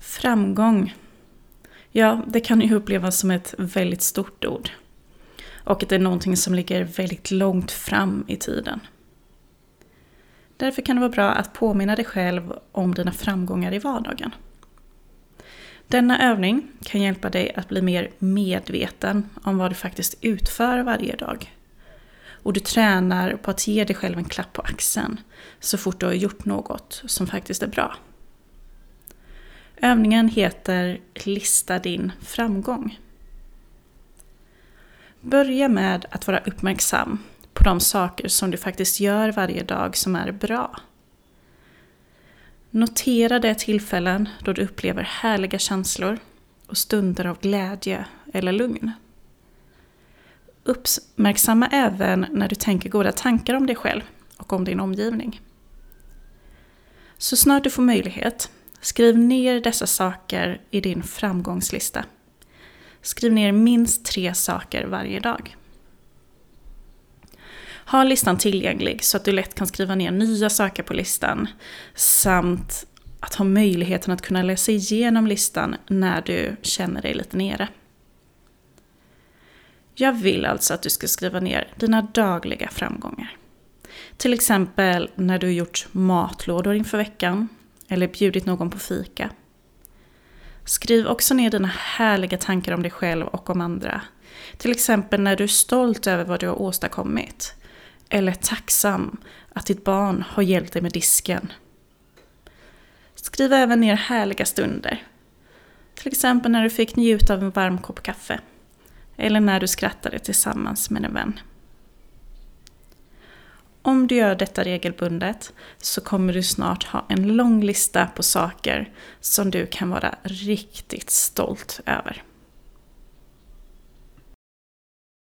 Framgång. Ja, det kan ju upplevas som ett väldigt stort ord. Och att det är någonting som ligger väldigt långt fram i tiden. Därför kan det vara bra att påminna dig själv om dina framgångar i vardagen. Denna övning kan hjälpa dig att bli mer medveten om vad du faktiskt utför varje dag. Och du tränar på att ge dig själv en klapp på axeln så fort du har gjort något som faktiskt är bra. Övningen heter Lista din framgång. Börja med att vara uppmärksam på de saker som du faktiskt gör varje dag som är bra. Notera de tillfällen då du upplever härliga känslor och stunder av glädje eller lugn. Uppmärksamma även när du tänker goda tankar om dig själv och om din omgivning. Så snart du får möjlighet, skriv ner dessa saker i din framgångslista. Skriv ner minst 3 saker varje dag. Ha listan tillgänglig så att du lätt kan skriva ner nya saker på listan samt att ha möjligheten att kunna läsa igenom listan när du känner dig lite nere. Jag vill alltså att du ska skriva ner dina dagliga framgångar. Till exempel när du gjort matlådor inför veckan eller bjudit någon på fika. Skriv också ner dina härliga tankar om dig själv och om andra. Till exempel när du är stolt över vad du har åstadkommit. Eller tacksam att ditt barn har hjälpt dig med disken. Skriv även ner härliga stunder. Till exempel när du fick njuta av en varm kopp kaffe. Eller när du skrattade tillsammans med en vän. Om du gör detta regelbundet så kommer du snart ha en lång lista på saker som du kan vara riktigt stolt över.